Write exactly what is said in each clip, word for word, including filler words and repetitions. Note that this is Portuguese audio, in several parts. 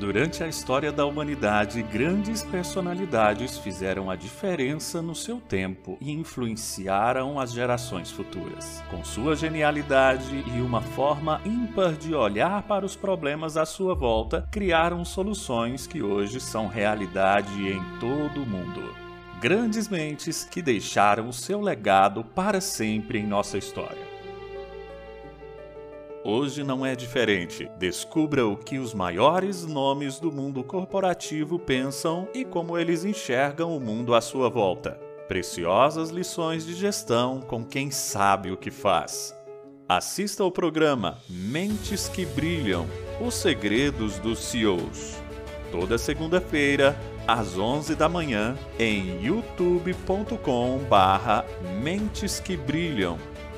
Durante a história da humanidade, grandes personalidades fizeram a diferença no seu tempo e influenciaram as gerações futuras. Com sua genialidade e uma forma ímpar de olhar para os problemas à sua volta, criaram soluções que hoje são realidade em todo o mundo. Grandes mentes que deixaram o seu legado para sempre em nossa história. Hoje não é diferente. Descubra o que os maiores nomes do mundo corporativo pensam e como eles enxergam o mundo à sua volta. Preciosas lições de gestão com quem sabe o que faz. Assista ao programa Mentes que Brilham, os segredos dos C E Os. Toda segunda-feira, às onze da manhã, em youtube ponto com barra Mentes que Brilham.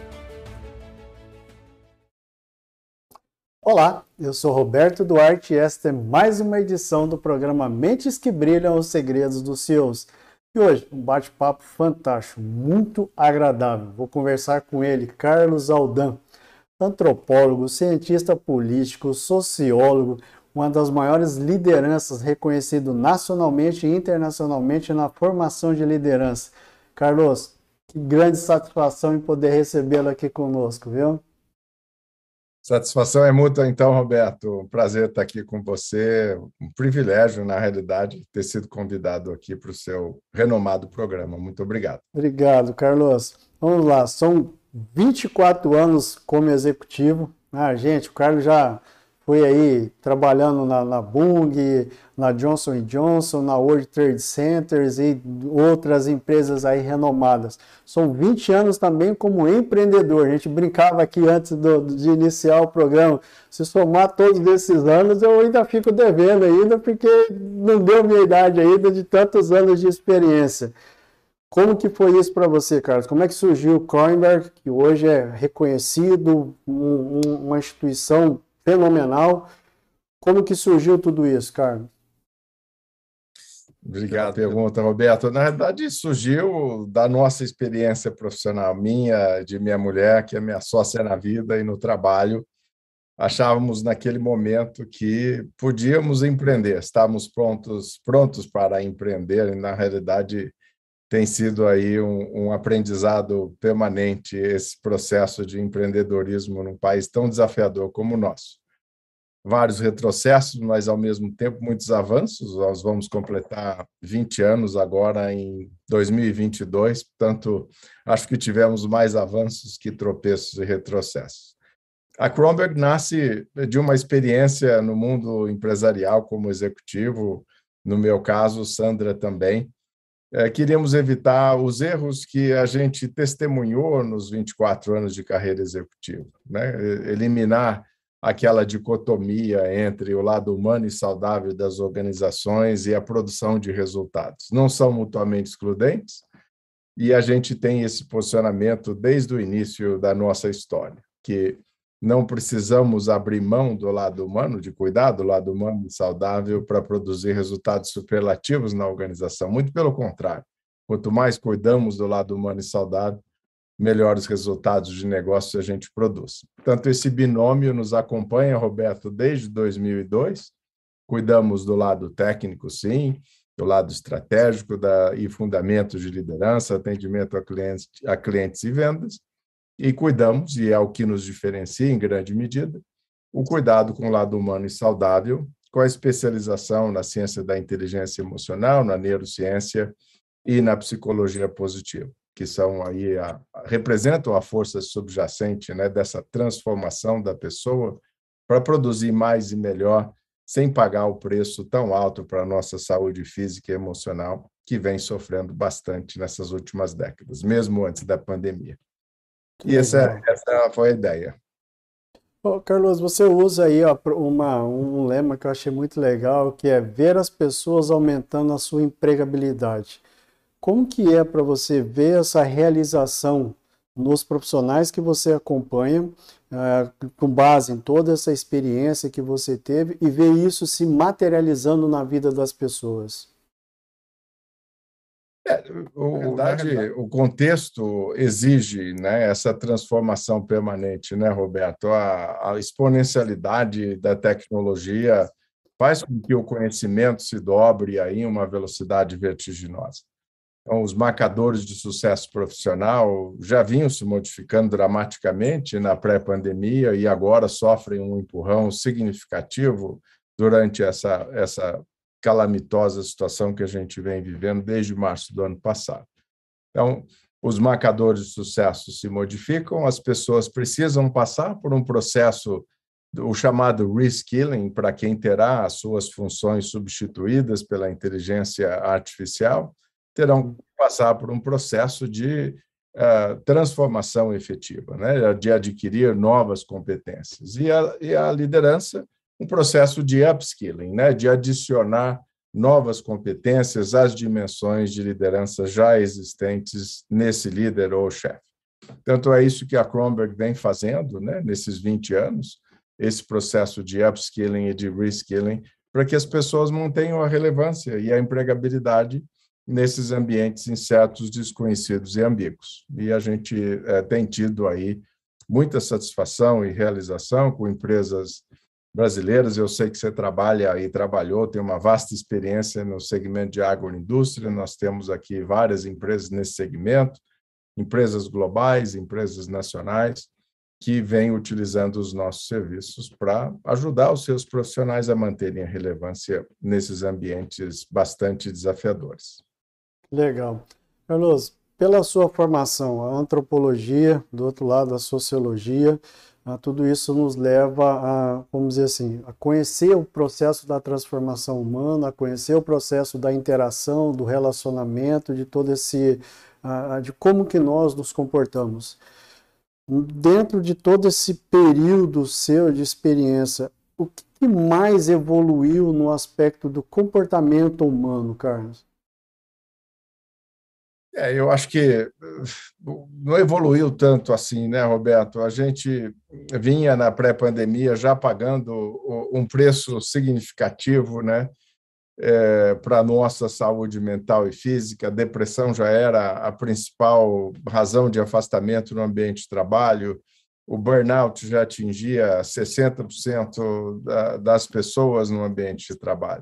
Olá, eu sou Roberto Duarte e esta é mais uma edição do programa Mentes que Brilham, os segredos dos C E Os. E hoje, um bate-papo fantástico, muito agradável. Vou conversar com ele, Carlos Aldan, antropólogo, cientista político, sociólogo, uma das maiores lideranças reconhecido nacionalmente e internacionalmente na formação de liderança. Carlos, que grande satisfação em poder recebê-lo aqui conosco, viu? Satisfação é mútua, então, Roberto. Um prazer estar aqui com você. Um privilégio, na realidade, ter sido convidado aqui para o seu renomado programa. Muito obrigado. Obrigado, Carlos. Vamos lá, são vinte e quatro anos como executivo. Ah, gente, o Carlos já foi aí trabalhando na, na Bung, na Johnson and Johnson, na World Trade Centers e outras empresas aí renomadas. São vinte anos também como empreendedor. A gente brincava aqui antes do, de iniciar o programa. Se somar todos esses anos, eu ainda fico devendo ainda, porque não deu minha idade ainda de tantos anos de experiência. Como que foi isso para você, Carlos? Como é que surgiu o Kroenberg, que hoje é reconhecido, um, um, uma instituição fenomenal? Como que surgiu tudo isso, Carlos? Obrigado pela pergunta, Roberto. Na verdade, surgiu da nossa experiência profissional, minha, de minha mulher, que é minha sócia na vida e no trabalho. Achávamos naquele momento que podíamos empreender, estávamos prontos, prontos para empreender, e na realidade tem sido aí um, um aprendizado permanente esse processo de empreendedorismo num país tão desafiador como o nosso. Vários retrocessos, mas, ao mesmo tempo, muitos avanços. Nós vamos completar vinte anos agora em dois mil e vinte e dois, portanto, acho que tivemos mais avanços que tropeços e retrocessos. A Kroenberg nasce de uma experiência no mundo empresarial como executivo, no meu caso, Sandra também. É, queríamos evitar os erros que a gente testemunhou nos vinte e quatro anos de carreira executiva, né? Eliminar aquela dicotomia entre o lado humano e saudável das organizações e a produção de resultados. Não são mutuamente excludentes, e a gente tem esse posicionamento desde o início da nossa história, que não precisamos abrir mão do lado humano, de cuidar do lado humano e saudável para produzir resultados superlativos na organização. Muito pelo contrário, quanto mais cuidamos do lado humano e saudável, melhores resultados de negócio a gente produz. Portanto, esse binômio nos acompanha, Roberto, desde dois mil e dois. Cuidamos do lado técnico, sim, do lado estratégico da, e fundamentos de liderança, atendimento a clientes, a clientes e vendas. E cuidamos, e é o que nos diferencia em grande medida, o cuidado com o lado humano e saudável, com a especialização na ciência da inteligência emocional, na neurociência e na psicologia positiva, que são aí a, representam a força subjacente, né, dessa transformação da pessoa para produzir mais e melhor, sem pagar o preço tão alto para a nossa saúde física e emocional, que vem sofrendo bastante nessas últimas décadas, mesmo antes da pandemia. E essa, essa foi a ideia. Ô, Carlos, você usa aí ó, uma, um lema que eu achei muito legal, que é ver as pessoas aumentando a sua empregabilidade. Como que é para você ver essa realização nos profissionais que você acompanha, uh, com base em toda essa experiência que você teve, e ver isso se materializando na vida das pessoas? É, o, verdade, o contexto exige, né, essa transformação permanente, né, Roberto? A, a exponencialidade da tecnologia faz com que o conhecimento se dobre aí em uma velocidade vertiginosa. Então, os marcadores de sucesso profissional já vinham se modificando dramaticamente na pré-pandemia e agora sofrem um empurrão significativo durante essa, essa calamitosa situação que a gente vem vivendo desde março do ano passado. Então, os marcadores de sucesso se modificam, as pessoas precisam passar por um processo, o chamado reskilling, para quem terá as suas funções substituídas pela inteligência artificial, terão que passar por um processo de uh, transformação efetiva, né? De adquirir novas competências. E a, e a liderança, um processo de upskilling, né? De adicionar novas competências às dimensões de liderança já existentes nesse líder ou chefe. Tanto é isso que a Kronberg vem fazendo, né, nesses vinte anos, esse processo de upskilling e de reskilling, para que as pessoas mantenham a relevância e a empregabilidade nesses ambientes incertos, desconhecidos e ambíguos. E a gente é, tem tido aí muita satisfação e realização com empresas brasileiras. Eu sei que você trabalha e trabalhou, tem uma vasta experiência no segmento de agroindústria. Nós temos aqui várias empresas nesse segmento, empresas globais, empresas nacionais, que vêm utilizando os nossos serviços para ajudar os seus profissionais a manterem a relevância nesses ambientes bastante desafiadores. Legal. Carlos, pela sua formação, a antropologia, do outro lado, a sociologia, Uh, tudo isso nos leva a, vamos dizer assim, a conhecer o processo da transformação humana, a conhecer o processo da interação, do relacionamento, de todo esse, uh, de como que nós nos comportamos. Dentro de todo esse período seu de experiência, o que mais evoluiu no aspecto do comportamento humano, Carlos? É, eu acho que não evoluiu tanto assim, né, Roberto? A gente vinha na pré-pandemia já pagando um preço significativo, né, é, para a nossa saúde mental e física. A depressão já era a principal razão de afastamento no ambiente de trabalho. O burnout já atingia sessenta por cento das pessoas no ambiente de trabalho.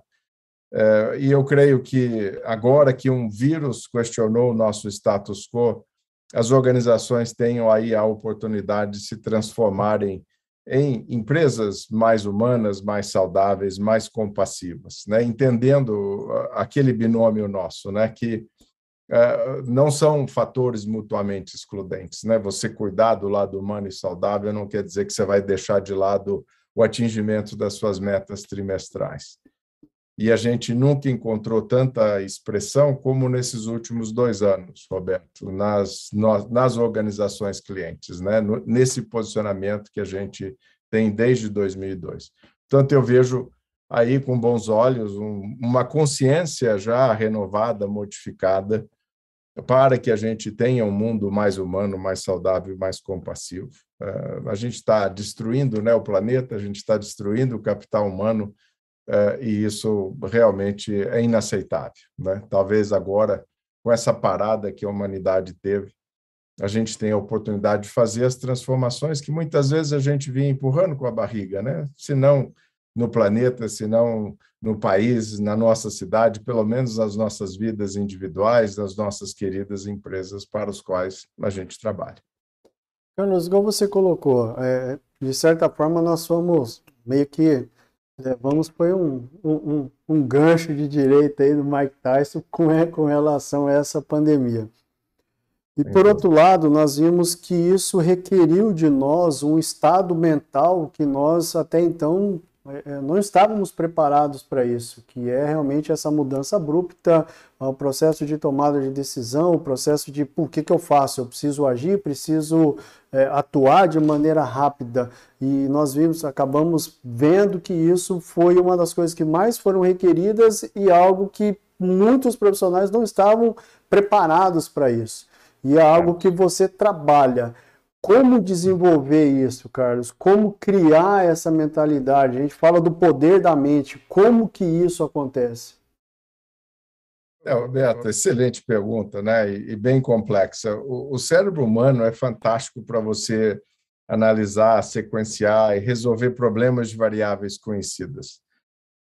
E eu creio que agora que um vírus questionou o nosso status quo, as organizações tenham aí a oportunidade de se transformarem em empresas mais humanas, mais saudáveis, mais compassivas, né? Entendendo aquele binômio nosso, né? Que uh, não são fatores mutuamente excludentes, né? Você cuidar do lado humano e saudável não quer dizer que você vai deixar de lado o atingimento das suas metas trimestrais. E a gente nunca encontrou tanta expressão como nesses últimos dois anos, Roberto, nas, nas organizações clientes, né? Nesse posicionamento que a gente tem desde dois mil e dois. Portanto, eu vejo aí com bons olhos um, uma consciência já renovada, modificada, para que a gente tenha um mundo mais humano, mais saudável, mais compassivo. Uh, a gente está destruindo, né, o planeta, a gente está destruindo o capital humano, Uh, e isso realmente é inaceitável, né? Talvez agora, com essa parada que a humanidade teve, a gente tenha a oportunidade de fazer as transformações que muitas vezes a gente vinha empurrando com a barriga, né? Se não no planeta, se não no país, na nossa cidade, pelo menos nas nossas vidas individuais, nas nossas queridas empresas para as quais a gente trabalha. Carlos, igual você colocou, é, de certa forma nós somos meio que É, vamos pôr um, um, um gancho de direita aí do Mike Tyson com, com relação a essa pandemia. E, por outro lado, nós vimos que isso requeriu de nós um estado mental que nós até então não estávamos preparados para isso, que é realmente essa mudança abrupta, o processo de tomada de decisão, o processo de, por que que eu faço? Eu preciso agir, preciso é, atuar de maneira rápida. E nós vimos, acabamos vendo que isso foi uma das coisas que mais foram requeridas e algo que muitos profissionais não estavam preparados para isso. E é algo que você trabalha. Como desenvolver isso, Carlos? Como criar essa mentalidade? A gente fala do poder da mente. Como que isso acontece? É, Roberto, excelente pergunta, né? E bem complexa. O, o cérebro humano é fantástico para você analisar, sequenciar e resolver problemas de variáveis conhecidas.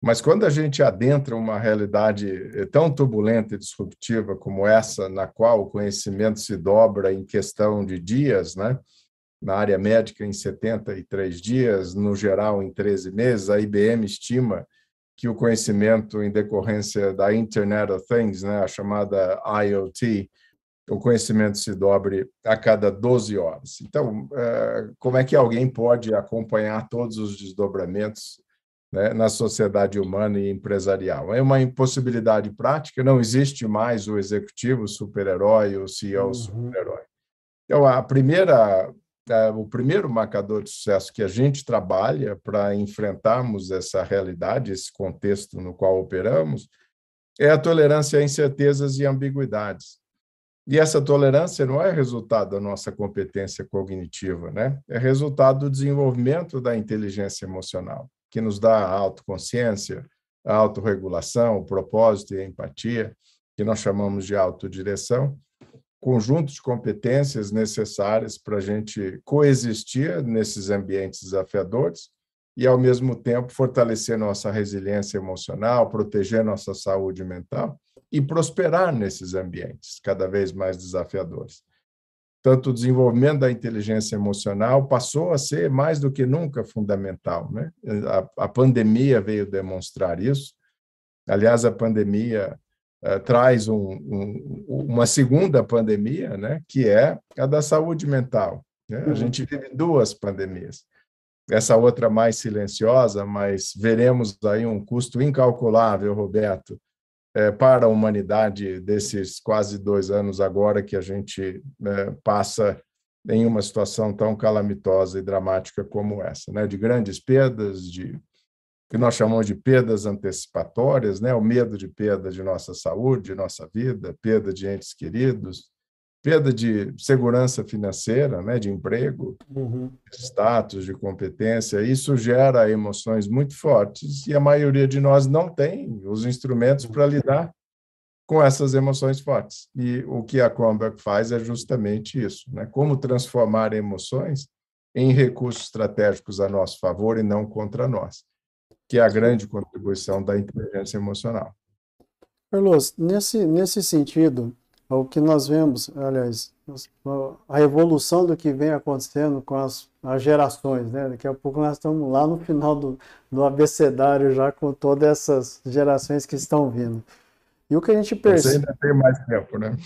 Mas quando a gente adentra uma realidade tão turbulenta e disruptiva como essa, na qual o conhecimento se dobra em questão de dias, né? Na área médica em setenta e três dias, no geral em treze meses, a I B M estima que o conhecimento em decorrência da Internet of Things, né, a chamada I O T, o conhecimento se dobre a cada doze horas. Então, como é que alguém pode acompanhar todos os desdobramentos, né, na sociedade humana e empresarial? É uma impossibilidade prática, não existe mais o executivo super-herói, o C E O Uhum. super-herói. Então, a primeira, o primeiro marcador de sucesso que a gente trabalha para enfrentarmos essa realidade, esse contexto no qual operamos, é a tolerância a incertezas e ambiguidades. E essa tolerância não é resultado da nossa competência cognitiva, né? É resultado do desenvolvimento da inteligência emocional, que nos dá a autoconsciência, a autorregulação, o propósito e a empatia, que nós chamamos de autodireção, conjunto de competências necessárias para a gente coexistir nesses ambientes desafiadores e, ao mesmo tempo, fortalecer nossa resiliência emocional, proteger nossa saúde mental e prosperar nesses ambientes cada vez mais desafiadores. Tanto o desenvolvimento da inteligência emocional passou a ser mais do que nunca fundamental, né? A, a pandemia veio demonstrar isso. Aliás, a pandemia uh, traz um, um, uma segunda pandemia, né? Que é a da saúde mental, né? A gente vive duas pandemias. Essa outra mais silenciosa, mas veremos aí um custo incalculável, Roberto, É, para a humanidade desses quase dois anos agora que a gente é, passa em uma situação tão calamitosa e dramática como essa, né? De grandes perdas, de que nós chamamos de perdas antecipatórias, né? O medo de perda de nossa saúde, de nossa vida, perda de entes queridos, perda de segurança financeira, né? De emprego, Uhum. de status, de competência. Isso gera emoções muito fortes e a maioria de nós não tem os instrumentos para lidar com essas emoções fortes. E o que a Kronberg faz é justamente isso, né? Como transformar emoções em recursos estratégicos a nosso favor e não contra nós, que é a grande contribuição da inteligência emocional. Carlos, nesse, nesse sentido, o que nós vemos, aliás, a evolução do que vem acontecendo com as, as gerações, né? Daqui a pouco nós estamos lá no final do, do abecedário já com todas essas gerações que estão vindo. E o que a gente percebe... Você ainda tem mais tempo, né?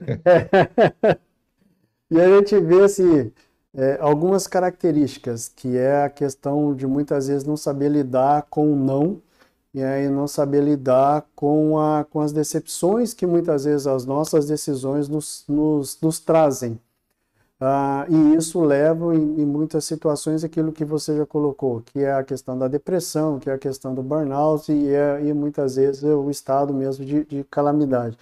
É. E a gente vê assim, é, algumas características, que é a questão de muitas vezes não saber lidar com o não, e aí não saber lidar com, a, com as decepções que muitas vezes as nossas decisões nos, nos, nos trazem. Ah, e isso leva em, em muitas situações aquilo que você já colocou, que é a questão da depressão, que é a questão do burnout e, é, e muitas vezes é o estado mesmo de, de calamidade.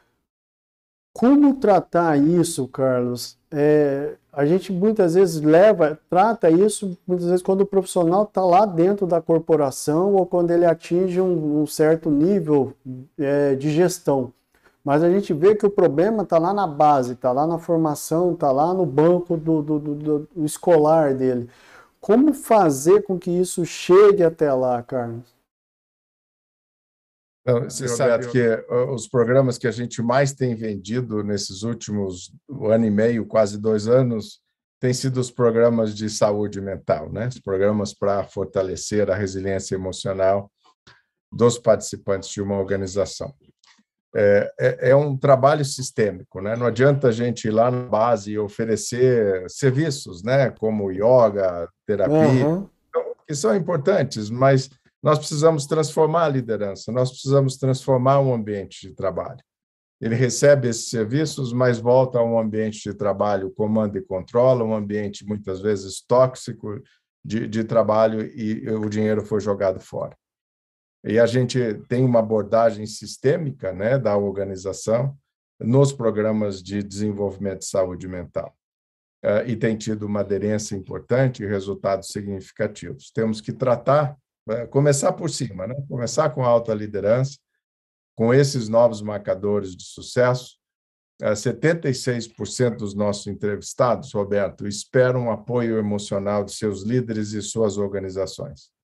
Como tratar isso, Carlos? É, a gente muitas vezes leva, trata isso muitas vezes quando o profissional está lá dentro da corporação ou quando ele atinge um, um certo nível é, de gestão. Mas a gente vê que o problema está lá na base, está lá na formação, está lá no banco do, do, do, do escolar dele. Como fazer com que isso chegue até lá, Carlos? Você sabe que os programas que a gente mais tem vendido nesses últimos um ano e meio, quase dois anos, têm sido os programas de saúde mental, né? Os programas para fortalecer a resiliência emocional dos participantes de uma organização. É, é, é um trabalho sistêmico, né? Não adianta a gente ir lá na base e oferecer serviços, né? Como yoga, terapia, Uhum. que são importantes, mas nós precisamos transformar a liderança, nós precisamos transformar um ambiente de trabalho. Ele recebe esses serviços, mas volta a um ambiente de trabalho comando e controla, um ambiente muitas vezes tóxico de, de trabalho e o dinheiro foi jogado fora. E a gente tem uma abordagem sistêmica, né, da organização nos programas de desenvolvimento de saúde mental. Uh, e tem tido uma aderência importante e resultados significativos. Temos que tratar começar por cima, né? Começar com a alta liderança, com esses novos marcadores de sucesso. setenta e seis por cento dos nossos entrevistados, Roberto, esperam um apoio emocional de seus líderes e suas organizações.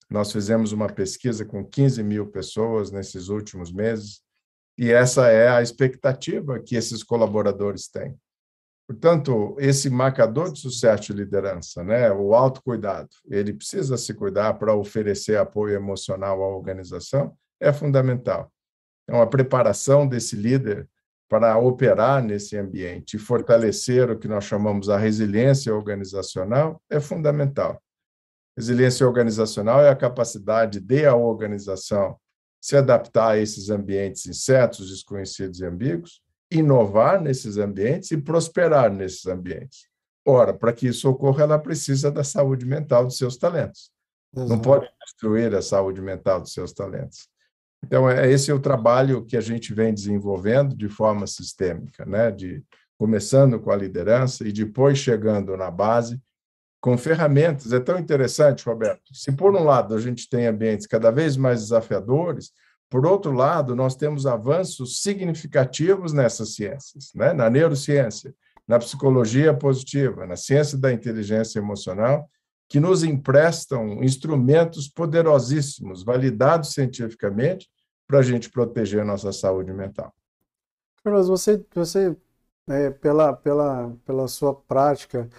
Nós fizemos uma pesquisa com quinze mil pessoas nesses últimos meses, e essa é a expectativa que esses colaboradores têm. Portanto, esse marcador de sucesso de liderança, né, o autocuidado, ele precisa se cuidar para oferecer apoio emocional à organização, é fundamental. Então, a preparação desse líder para operar nesse ambiente e fortalecer o que nós chamamos a resiliência organizacional é fundamental. Resiliência organizacional é a capacidade de a organização se adaptar a esses ambientes incertos, desconhecidos e ambíguos, inovar nesses ambientes e prosperar nesses ambientes. Ora, para que isso ocorra, ela precisa da saúde mental dos seus talentos. Exato. Não pode destruir a saúde mental dos seus talentos. Então, é esse é o trabalho que a gente vem desenvolvendo de forma sistêmica, né? De, começando com a liderança e depois chegando na base, com ferramentas. É tão interessante, Roberto, se por um lado a gente tem ambientes cada vez mais desafiadores, por outro lado, nós temos avanços significativos nessas ciências, né? Na neurociência, na psicologia positiva, na ciência da inteligência emocional, que nos emprestam instrumentos poderosíssimos, validados cientificamente, para a gente proteger a nossa saúde mental. Carlos, você, você é, pela, pela, pela sua prática,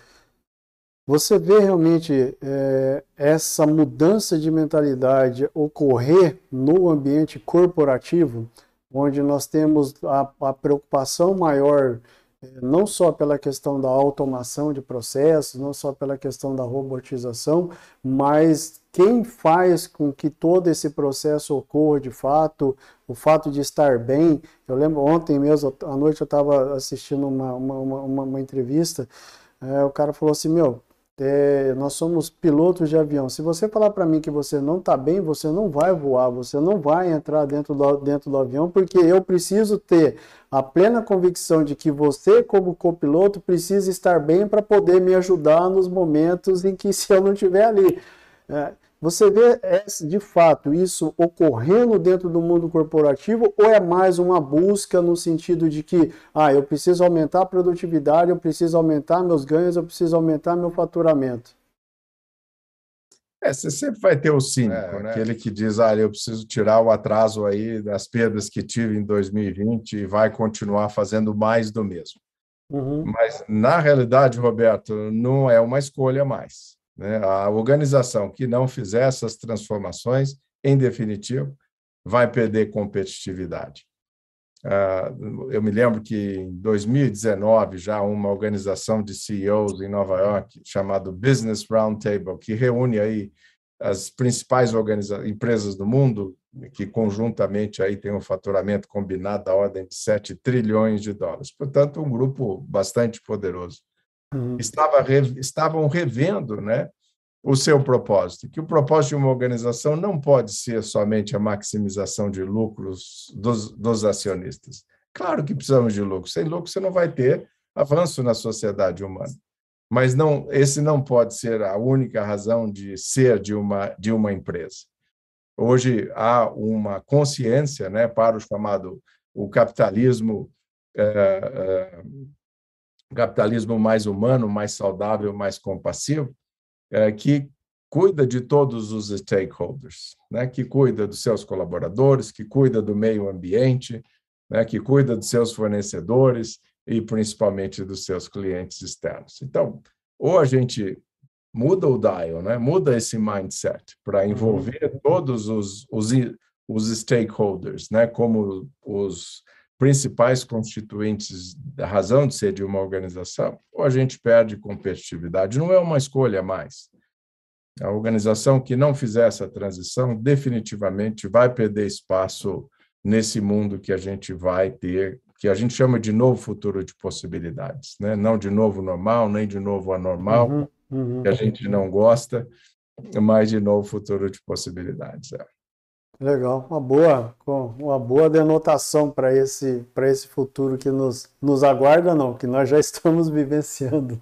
você vê realmente é, essa mudança de mentalidade ocorrer no ambiente corporativo, onde nós temos a, a preocupação maior, é, não só pela questão da automação de processos, não só pela questão da robotização, mas quem faz com que todo esse processo ocorra de fato, o fato de estar bem. Eu lembro ontem mesmo, à noite eu estava assistindo uma, uma, uma, uma entrevista, é, o cara falou assim, meu, É, nós somos pilotos de avião. Se você falar para mim que você não está bem, você não vai voar, você não vai entrar dentro do, dentro do avião, porque eu preciso ter a plena convicção de que você, como copiloto, precisa estar bem para poder me ajudar nos momentos em que, se eu não estiver ali. É, você vê, de fato, isso ocorrendo dentro do mundo corporativo, ou é mais uma busca no sentido de que, ah, eu preciso aumentar a produtividade, eu preciso aumentar meus ganhos, eu preciso aumentar meu faturamento? É, você sempre vai ter o cínico, é, né? Aquele que diz, ah, eu preciso tirar o atraso aí das perdas que tive em dois mil e vinte e vai continuar fazendo mais do mesmo. Uhum. Mas, na realidade, Roberto, não é uma escolha mais. A organização que não fizer essas transformações, em definitivo, vai perder competitividade. Eu me lembro que em dois mil e dezenove, já uma organização de C E Os em Nova York, chamado Business Roundtable, que reúne aí as principais empresas do mundo, que conjuntamente aí tem um faturamento combinado da ordem de sete trilhões de dólares. Portanto, um grupo bastante poderoso. Uhum. Estava, estavam revendo, né, o seu propósito, que o propósito de uma organização não pode ser somente a maximização de lucros dos, dos acionistas. Claro que precisamos de lucro. Sem lucro você não vai ter avanço na sociedade humana. Mas não, esse não pode ser a única razão de ser de uma, de uma empresa. Hoje há uma consciência, né, para o chamado o capitalismo é, é, capitalismo mais humano, mais saudável, mais compassivo, é, que cuida de todos os stakeholders, né? Que cuida dos seus colaboradores, que cuida do meio ambiente, né? Que cuida dos seus fornecedores e, principalmente, dos seus clientes externos. Então, ou a gente muda o dial, né? Muda esse mindset para envolver uhum. todos os, os, os stakeholders, né? Como os principais constituintes da razão de ser de uma organização, ou a gente perde competitividade. Não é uma escolha mais. A organização que não fizer essa transição definitivamente vai perder espaço nesse mundo que a gente vai ter, que a gente chama de novo futuro de possibilidades, né? Não de novo normal, nem de novo anormal, uhum, uhum. que a gente não gosta, mas de novo futuro de possibilidades. É. Legal, uma boa, uma boa denotação para esse, para esse futuro que nos, nos aguarda, não, que nós já estamos vivenciando.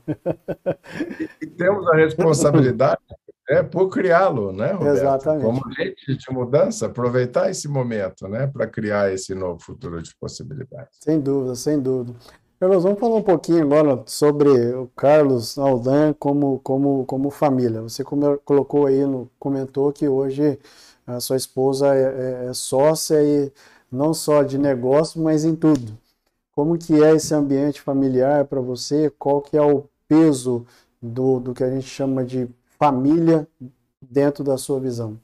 E temos a responsabilidade é, por criá-lo, né, Roberto? Exatamente. Como agente de mudança, aproveitar esse momento, né, para criar esse novo futuro de possibilidades. Sem dúvida, sem dúvida. Carlos, vamos falar um pouquinho agora sobre o Carlos Aldan como, como, como família. Você come- colocou aí, no, comentou que hoje a sua esposa é, é- é sócia e não só de negócio, mas em tudo. Como que é esse ambiente familiar para você? Qual que é o peso do, do que a gente chama de família dentro da sua visão?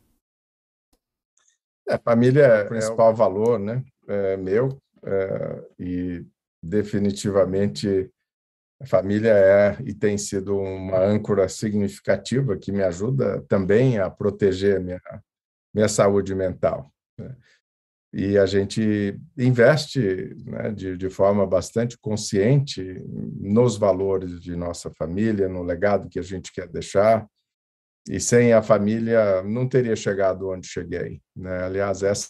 É, família é o principal valor, né? É meu, é, e definitivamente a família é e tem sido uma âncora significativa que me ajuda também a proteger minha, minha saúde mental, né? E a gente investe, né, de, de forma bastante consciente nos valores de nossa família, no legado que a gente quer deixar. E sem a família não teria chegado onde cheguei, né? Aliás, essa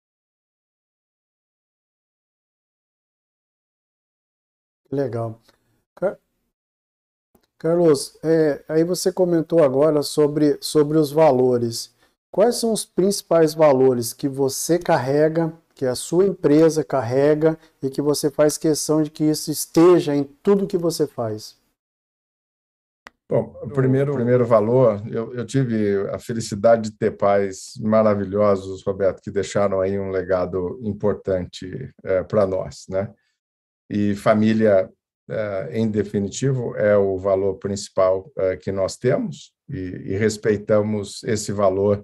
Legal. Car- Carlos, é, aí você comentou agora sobre, sobre os valores. Quais são os principais valores que você carrega, que a sua empresa carrega e que você faz questão de que isso esteja em tudo que você faz? Bom, o primeiro, o primeiro valor, eu, eu tive a felicidade de ter pais maravilhosos, Roberto, que deixaram aí um legado importante para nós, né? E família, eh, em definitivo, é o valor principal eh, que nós temos e, e respeitamos esse valor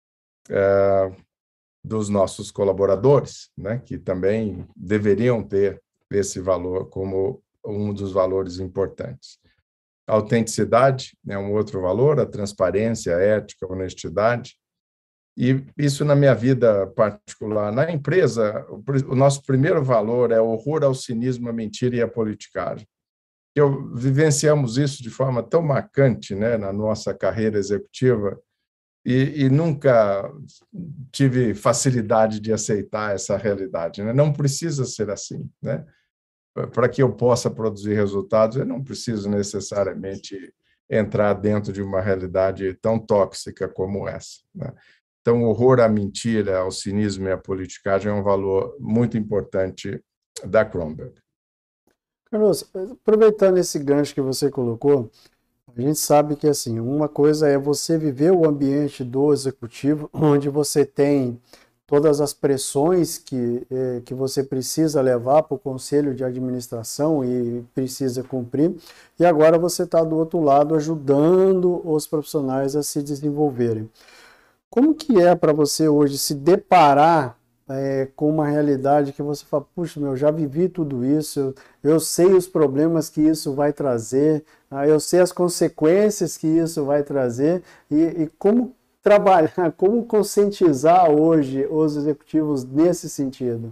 dos nossos colaboradores, né? Que também deveriam ter esse valor como um dos valores importantes. A autenticidade é um outro valor, a transparência, a ética, a honestidade. E isso na minha vida particular. Na empresa, o nosso primeiro valor é o horror ao cinismo, à mentira e à politicagem. Eu vivenciamos isso de forma tão marcante, né, na nossa carreira executiva e, e nunca tive facilidade de aceitar essa realidade, né? Não precisa ser assim, né? Para que eu possa produzir resultados, eu não preciso necessariamente entrar dentro de uma realidade tão tóxica como essa, né? Então, o horror à mentira, ao cinismo e à politicagem é um valor muito importante da Kronberg. Carlos, aproveitando esse gancho que você colocou, a gente sabe que assim, uma coisa é você viver o ambiente do executivo, onde você tem todas as pressões que, eh, que você precisa levar para o conselho de administração e precisa cumprir, e agora você está do outro lado ajudando os profissionais a se desenvolverem. Como que é para você hoje se deparar é, com uma realidade que você fala, puxa, meu, já vivi tudo isso, eu, eu sei os problemas que isso vai trazer, ah, eu sei as consequências que isso vai trazer, e, e como trabalhar, como conscientizar hoje os executivos nesse sentido?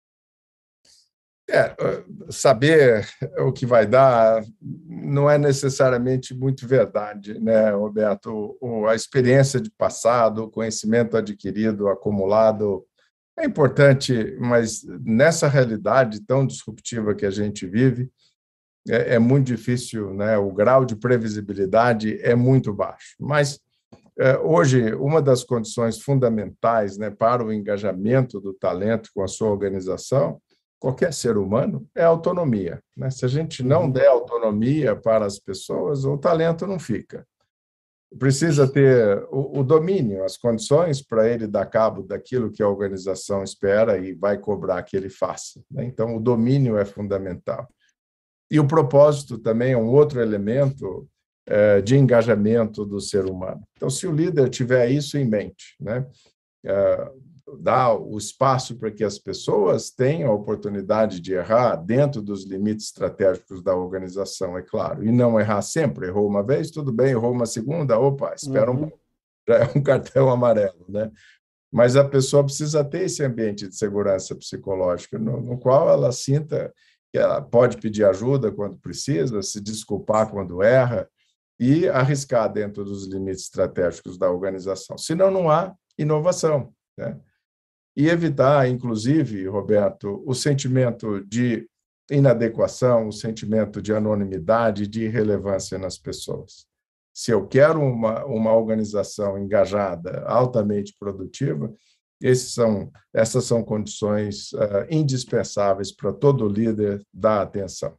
É, saber o que vai dar não é necessariamente muito verdade, né, Roberto? O, a experiência de passado, o conhecimento adquirido, acumulado, é importante, mas nessa realidade tão disruptiva que a gente vive, é, é muito difícil, né? O grau de previsibilidade é muito baixo. Mas é, hoje, uma das condições fundamentais, né, para o engajamento do talento com a sua organização, qualquer ser humano, é a autonomia, né? Se a gente não Uhum. der autonomia para as pessoas, o talento não fica. Precisa ter o, o domínio, as condições para ele dar cabo daquilo que a organização espera e vai cobrar que ele faça, né? Então, o domínio é fundamental. E o propósito também é um outro elemento eh, de engajamento do ser humano. Então, se o líder tiver isso em mente, né, eh, dar o espaço para que as pessoas tenham a oportunidade de errar dentro dos limites estratégicos da organização, é claro, e não errar sempre. Errou uma vez, tudo bem, errou uma segunda, opa, espera um Uhum. pouco, já é um cartão amarelo, né? Mas a pessoa precisa ter esse ambiente de segurança psicológica, no, no qual ela sinta que ela pode pedir ajuda quando precisa, se desculpar quando erra e arriscar dentro dos limites estratégicos da organização. Senão, não há inovação, né? E evitar, inclusive, Roberto, o sentimento de inadequação, o sentimento de anonimidade, de irrelevância nas pessoas. Se eu quero uma, uma organização engajada, altamente produtiva, Esses são, essas são condições uh, indispensáveis para todo líder dar atenção.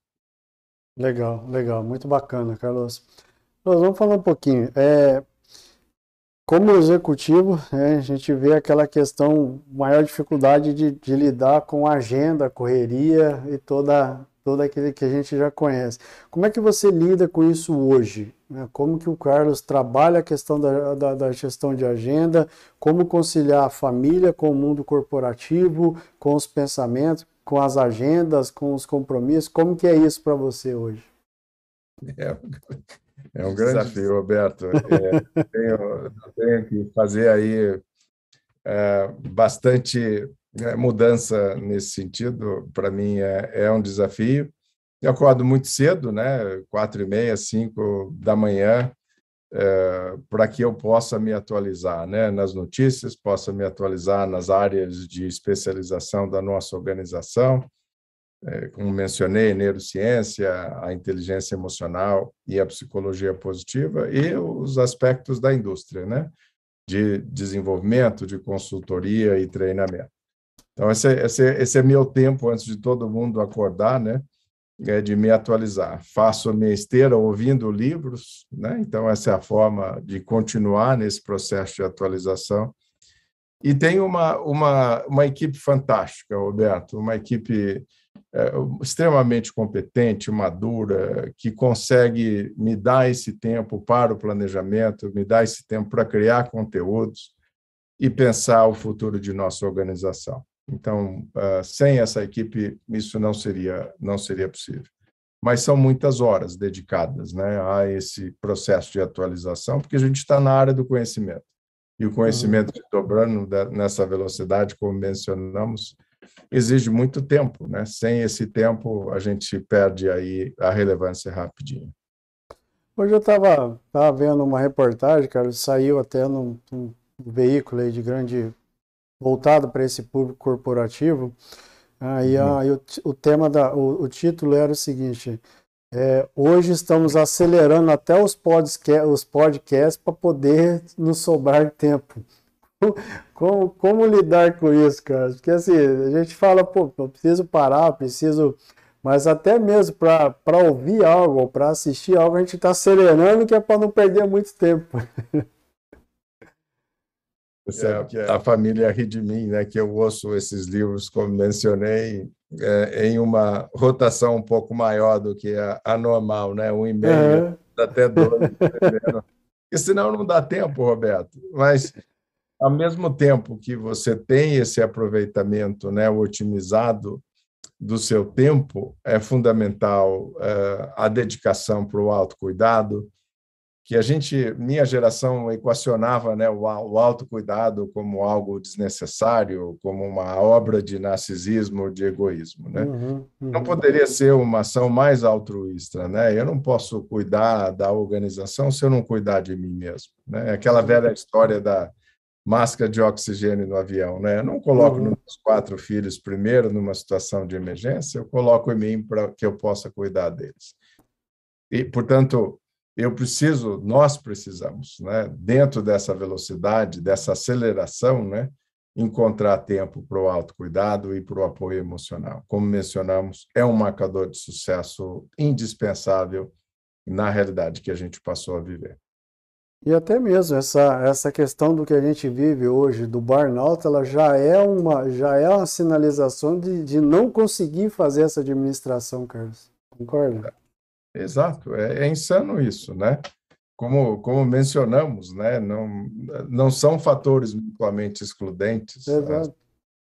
Legal, legal, muito bacana, Carlos. Nós vamos falar um pouquinho. É, como executivo, né, a gente vê aquela questão, maior dificuldade de, de lidar com a agenda, correria e toda, toda aquilo que a gente já conhece. Como é que você lida com isso hoje? Né? Como que o Carlos trabalha a questão da, da, da gestão de agenda, como conciliar a família com o mundo corporativo, com os pensamentos, com as agendas, com os compromissos? Como que é isso para você hoje? É, é um grande desafio, Roberto. É, eu, tenho, eu tenho que fazer aí é, bastante é, mudança nesse sentido. Para mim é, é um desafio. Eu acordo muito cedo, né? Quatro e meia, cinco da manhã, é, para que eu possa me atualizar, né? Nas notícias, possa me atualizar nas áreas de especialização da nossa organização. É, como mencionei, neurociência, a inteligência emocional e a psicologia positiva e os aspectos da indústria, né? De desenvolvimento, de consultoria e treinamento. Então, esse, esse, esse é meu tempo antes de todo mundo acordar, né? É de me atualizar. Faço a minha esteira ouvindo livros, né? Então, essa é a forma de continuar nesse processo de atualização. E tem uma, uma, uma equipe fantástica, Roberto, uma equipe é, extremamente competente, madura, que consegue me dar esse tempo para o planejamento, me dar esse tempo para criar conteúdos e pensar o futuro de nossa organização. Então, uh, sem essa equipe, isso não seria, não seria possível. Mas são muitas horas dedicadas, né, a esse processo de atualização, porque a gente está na área do conhecimento. E o conhecimento uhum. dobrando nessa velocidade, como mencionamos, exige muito tempo, né? Sem esse tempo, a gente perde aí a relevância rapidinho. Hoje eu estava tava vendo uma reportagem, cara, saiu até num, num veículo aí de grande, voltado para esse público corporativo, aí uhum. a, o, o tema, da, o, o título era o seguinte, é, hoje estamos acelerando até os podcasts, os podcasts para poder nos sobrar tempo. Como, como lidar com isso, cara? Porque assim, a gente fala, pô, eu preciso parar, preciso... Mas até mesmo para ouvir algo, para assistir algo, a gente está acelerando, que é para não perder muito tempo. É, a família ri de mim, né, que eu ouço esses livros, como mencionei, é, em uma rotação um pouco maior do que a, a normal, né, um e meio, uhum. até dois, porque senão não dá tempo, Roberto. Mas, ao mesmo tempo que você tem esse aproveitamento, né, otimizado do seu tempo, é fundamental é, a dedicação para o autocuidado, que a gente, minha geração, equacionava, né, o, o autocuidado como algo desnecessário, como uma obra de narcisismo, de egoísmo, né? Uhum, uhum. Não poderia ser uma ação mais altruísta, né? Eu não posso cuidar da organização se eu não cuidar de mim mesmo, né? Aquela velha história da máscara de oxigênio no avião, né? Eu não coloco uhum. nos meus quatro filhos primeiro numa situação de emergência, eu coloco em mim para que eu possa cuidar deles. E, portanto, eu preciso, nós precisamos, né, dentro dessa velocidade, dessa aceleração, né, encontrar tempo para o autocuidado e para o apoio emocional. Como mencionamos, é um marcador de sucesso indispensável na realidade que a gente passou a viver. E até mesmo essa, essa questão do que a gente vive hoje, do burnout, ela já é uma, já é uma sinalização de, de não conseguir fazer essa administração, Carlos. Concorda? Exato, é, é insano isso, né? Como, como mencionamos, né? Não, não são fatores mutuamente excludentes. Exato.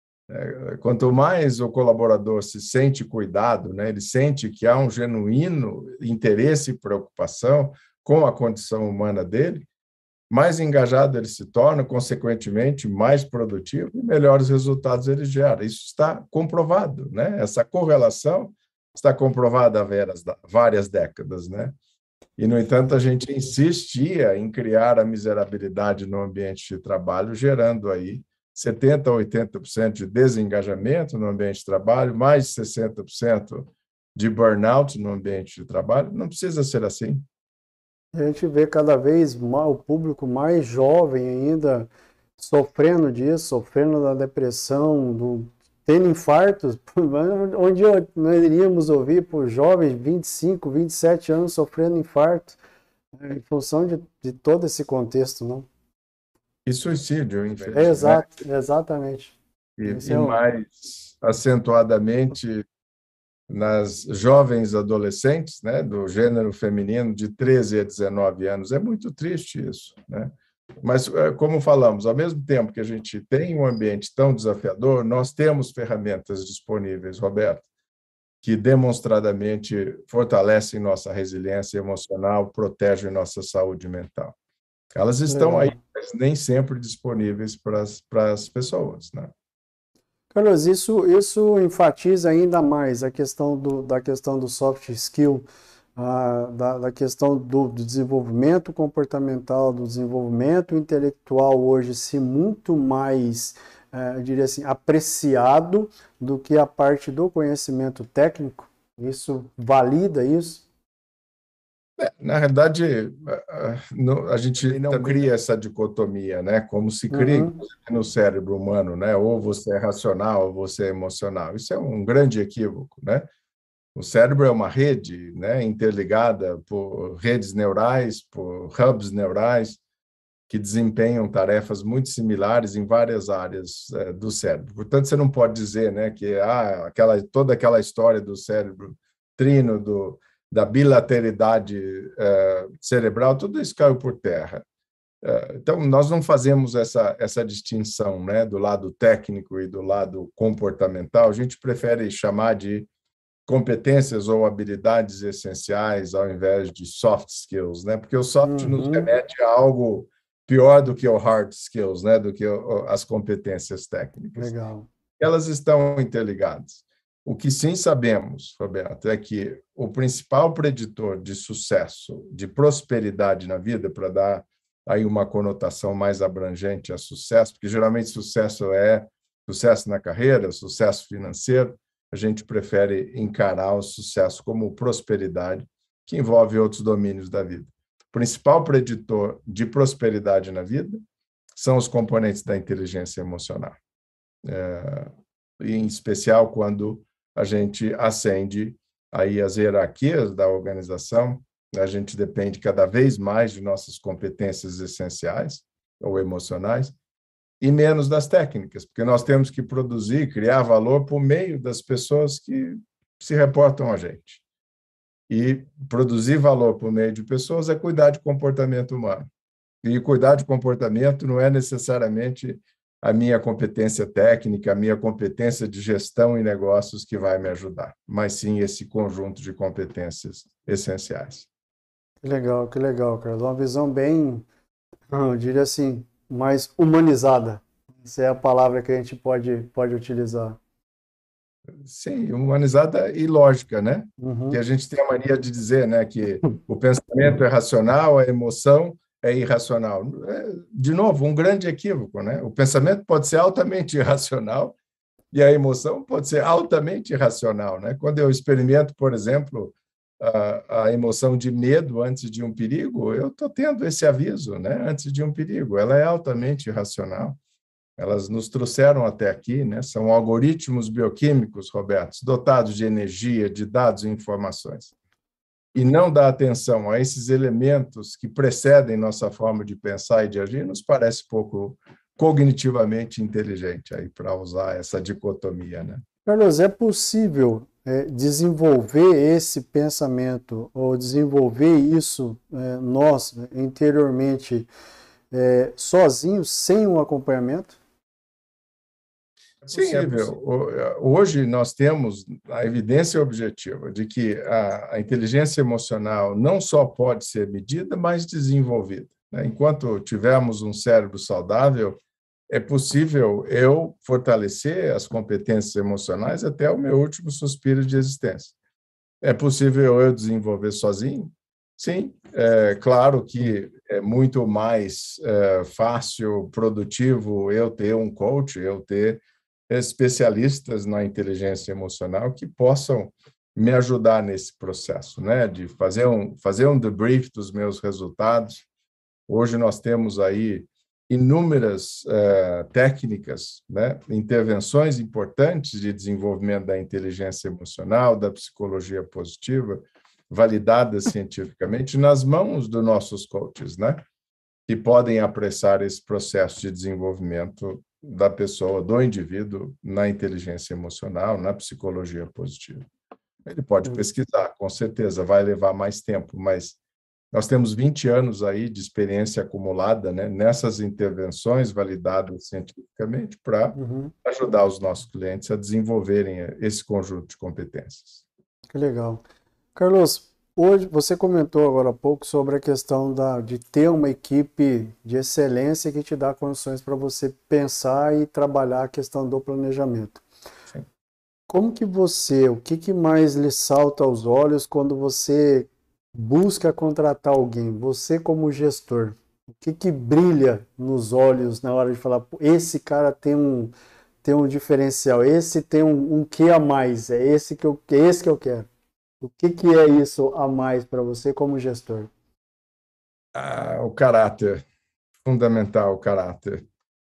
É, quanto mais o colaborador se sente cuidado, né? Ele sente que há um genuíno interesse e preocupação com a condição humana dele, mais engajado ele se torna, consequentemente, mais produtivo e melhores resultados ele gera. Isso está comprovado, né? Essa correlação está comprovada há várias, várias décadas, né? E, no entanto, a gente insistia em criar a miserabilidade no ambiente de trabalho, gerando aí setenta por cento a oitenta por cento de desengajamento no ambiente de trabalho, mais de sessenta por cento de burnout no ambiente de trabalho. Não precisa ser assim. A gente vê cada vez mais o público mais jovem ainda sofrendo disso, sofrendo da depressão, do, tendo infartos, onde nós iríamos ouvir por jovens de vinte e cinco, vinte e sete anos sofrendo infarto, né, em função de, de todo esse contexto, não? E suicídio, É, infelizmente, né? exato, exatamente. E, Esse e é o... mais acentuadamente nas jovens adolescentes, né, do gênero feminino, de treze a dezenove anos. É muito triste isso, né? Mas, eh, como falamos, ao mesmo tempo que a gente tem um ambiente tão desafiador, nós temos ferramentas disponíveis, Roberto, que demonstradamente fortalecem nossa resiliência emocional, protegem nossa saúde mental. Elas estão aí, Legal. mas nem sempre disponíveis para as, para as pessoas, né? Carlos, isso, isso enfatiza ainda mais a questão do, da questão do soft skill, ah, da, da questão do, do desenvolvimento comportamental, do desenvolvimento intelectual hoje ser muito mais, eh, eu diria assim, apreciado do que a parte do conhecimento técnico. Isso valida isso? É, na realidade, a, a, a gente não cria essa dicotomia, né? Como se cria Uhum, no cérebro humano, né? Ou você é racional ou você é emocional. Isso é um grande equívoco, né? O cérebro é uma rede, né, interligada por redes neurais, por hubs neurais, que desempenham tarefas muito similares em várias áreas é, do cérebro. Portanto, você não pode dizer, né, que ah, aquela, toda aquela história do cérebro trino, do, da bilateralidade é, cerebral, tudo isso caiu por terra. É, então, nós não fazemos essa, essa distinção, né, do lado técnico e do lado comportamental. A gente prefere chamar de competências ou habilidades essenciais ao invés de soft skills, né? Porque o soft nos uhum, remete a algo pior do que o hard skills, né? Do que as competências técnicas. legal. Elas estão interligadas. O que sim sabemos, Roberto, é que o principal preditor de sucesso, de prosperidade na vida, para dar aí uma conotação mais abrangente a sucesso, porque geralmente sucesso é sucesso na carreira, sucesso financeiro, a gente prefere encarar o sucesso como prosperidade, que envolve outros domínios da vida. O principal preditor de prosperidade na vida são os componentes da inteligência emocional, é, em especial quando a gente ascende aí as hierarquias da organização, a gente depende cada vez mais de nossas competências essenciais ou emocionais, e menos das técnicas, porque nós temos que produzir, criar valor por meio das pessoas que se reportam a gente. E produzir valor por meio de pessoas é cuidar de comportamento humano. E cuidar de comportamento não é necessariamente a minha competência técnica, a minha competência de gestão em negócios que vai me ajudar, mas sim esse conjunto de competências essenciais. Que legal, que legal, Carlos. Uma visão bem, eu diria assim, mais humanizada. Essa é a palavra que a gente pode, pode utilizar. Sim, humanizada e lógica, né? Que a Uhum. gente tem a mania de dizer, né, que o pensamento é racional, a emoção é irracional. É, de novo, um grande equívoco, né? O pensamento pode ser altamente irracional e a emoção pode ser altamente irracional, né? Quando eu experimento, por exemplo, a, a emoção de medo antes de um perigo, eu estou tendo esse aviso, né? Antes de um perigo. Ela é altamente irracional. Elas nos trouxeram até aqui, né? São algoritmos bioquímicos, Roberto, dotados de energia, de dados e informações. E não dar atenção a esses elementos que precedem nossa forma de pensar e de agir nos parece pouco cognitivamente inteligente, aí para usar essa dicotomia, né? Carlos, é possível é, desenvolver esse pensamento ou desenvolver isso é, nós né, interiormente é, sozinhos, sem um acompanhamento? Sim, é possível. Hoje nós temos a evidência objetiva de que a, a inteligência emocional não só pode ser medida, mas desenvolvida, né? Enquanto tivermos um cérebro saudável, é possível eu fortalecer as competências emocionais até o meu último suspiro de existência. É possível eu desenvolver sozinho? Sim, é claro que é muito mais é, fácil, produtivo eu ter um coach, eu ter especialistas na inteligência emocional que possam me ajudar nesse processo, né? De fazer um, fazer um debrief dos meus resultados. Hoje nós temos aí inúmeras uh, técnicas, né, intervenções importantes de desenvolvimento da inteligência emocional, da psicologia positiva, validadas cientificamente, nas mãos dos nossos coaches, né, que podem apressar esse processo de desenvolvimento da pessoa, do indivíduo, na inteligência emocional, na psicologia positiva. Ele pode pesquisar, com certeza, vai levar mais tempo, mas nós temos vinte anos aí de experiência acumulada, né, nessas intervenções validadas cientificamente para uhum. ajudar os nossos clientes a desenvolverem esse conjunto de competências. Que legal. Carlos, hoje você comentou agora há pouco sobre a questão da, de ter uma equipe de excelência que te dá condições para você pensar e trabalhar a questão do planejamento. Sim. Como que você, o que, que mais lhe salta aos olhos quando você busca contratar alguém, você como gestor, o que que brilha nos olhos na hora de falar, esse cara tem um, tem um diferencial, esse tem um, um quê a mais, é esse que eu, é esse que eu quero. O que que é isso a mais para você como gestor? Ah, o caráter, fundamental o caráter.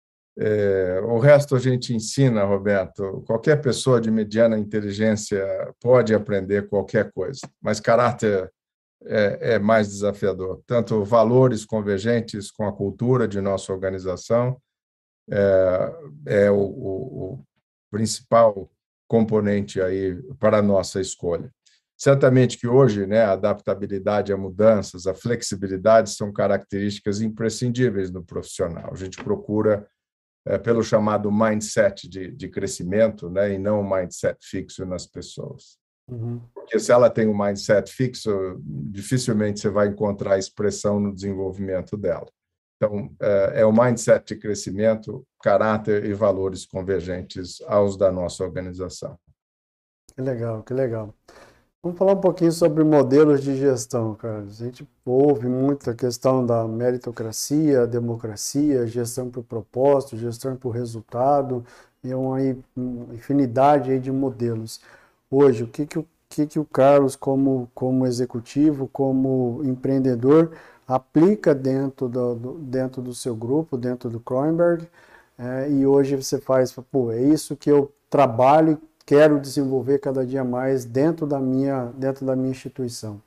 É, o resto a gente ensina, Roberto. Qualquer pessoa de mediana inteligência pode aprender qualquer coisa, mas caráter É, é mais desafiador. Tanto valores convergentes com a cultura de nossa organização é, é o, o, o principal componente aí para a nossa escolha. Certamente que hoje, né, a adaptabilidade a mudanças, a flexibilidade são características imprescindíveis no profissional. A gente procura é, pelo chamado mindset de, de crescimento, né, e não um mindset fixo nas pessoas. Uhum. Porque se ela tem um mindset fixo, dificilmente você vai encontrar expressão no desenvolvimento dela. Então, é o mindset de crescimento, caráter e valores convergentes aos da nossa organização. Que legal, que legal. Vamos falar um pouquinho sobre modelos de gestão, Carlos. A gente ouve muito a questão da meritocracia, democracia, gestão por propósito, gestão por resultado, e uma infinidade aí de modelos. Hoje, o que que o, que que o Carlos, como, como executivo, como empreendedor, aplica dentro do, do, dentro do seu grupo, dentro do Kroenberg, é, e hoje você faz, pô, é isso que eu trabalho e quero desenvolver cada dia mais dentro da minha, dentro da minha instituição.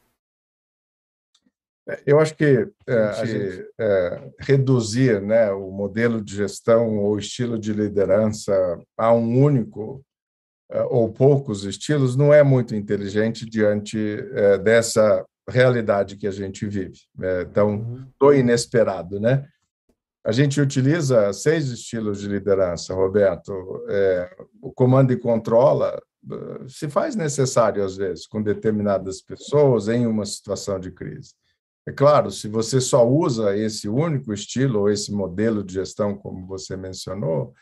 Eu acho que é, a gente é, reduzir, né, o modelo de gestão ou estilo de liderança a um único ou poucos estilos, não é muito inteligente diante é, dessa realidade que a gente vive. É, então, do inesperado, né? A gente utiliza seis estilos de liderança, Roberto. É, o comando e controla se faz necessário, às vezes, com determinadas pessoas em uma situação de crise. É claro, se você só usa esse único estilo ou esse modelo de gestão, como você mencionou,